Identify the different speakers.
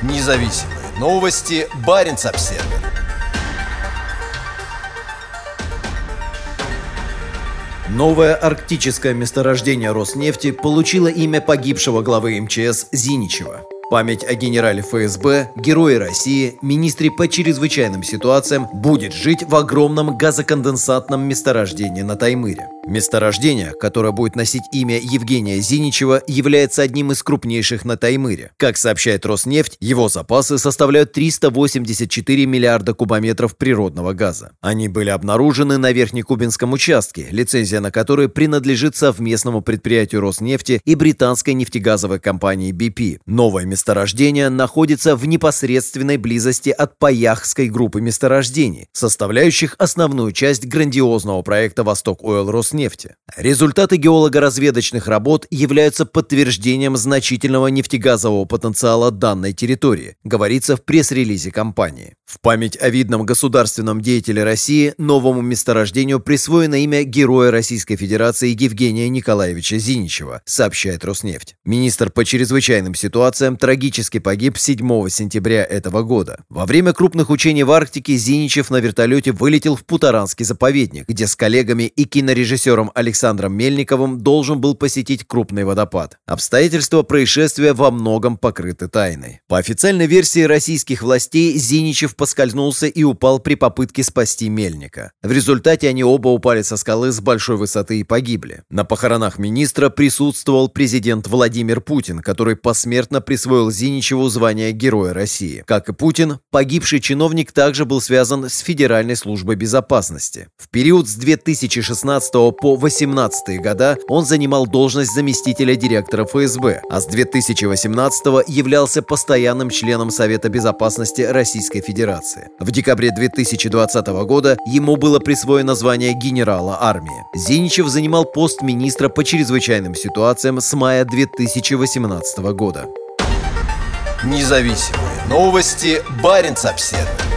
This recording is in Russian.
Speaker 1: Независимые новости. Баренц-Обсервер.
Speaker 2: Новое арктическое месторождение Роснефти получило имя погибшего главы МЧС Зиничева. Память о генерале ФСБ, герое России, министре по чрезвычайным ситуациям будет жить в огромном газоконденсатном месторождении на Таймыре. Месторождение, которое будет носить имя Евгения Зиничева, является одним из крупнейших на Таймыре. Как сообщает Роснефть, его запасы составляют 384 миллиарда кубометров природного газа. Они были обнаружены на Верхнекубинском участке, лицензия на который принадлежит совместному предприятию Роснефти и британской нефтегазовой компании BP. Новое месторождение находится в непосредственной близости от Паяхской группы месторождений, составляющих основную часть грандиозного проекта «Восток-Ойл» Роснефти. Результаты геолого-разведочных работ являются подтверждением значительного нефтегазового потенциала данной территории, говорится в пресс-релизе компании. В память о видном государственном деятеле России новому месторождению присвоено имя Героя Российской Федерации Евгения Николаевича Зиничева, сообщает Роснефть. Министр по чрезвычайным ситуациям трагически погиб 7 сентября этого года. Во время крупных учений в Арктике Зиничев на вертолете вылетел в Путаранский заповедник, где с коллегами и кинорежиссером Александром Мельниковым должен был посетить крупный водопад. Обстоятельства происшествия во многом покрыты тайной. По официальной версии российских властей, Зиничев поскользнулся и упал при попытке спасти Мельника. В результате они оба упали со скалы с большой высоты и погибли. На похоронах министра присутствовал президент Владимир Путин, который посмертно присвоил Зиничеву звание Героя России. Как и Путин, погибший чиновник также был связан с Федеральной службой безопасности. В период с 2016 по 2018 года он занимал должность заместителя директора ФСБ, а с 2018 являлся постоянным членом Совета безопасности Российской Федерации. В декабре 2020 года ему было присвоено звание генерала армии. Зиничев занимал пост министра по чрезвычайным ситуациям с мая 2018 года.
Speaker 1: Независимые новости. Баренц-Обсервер.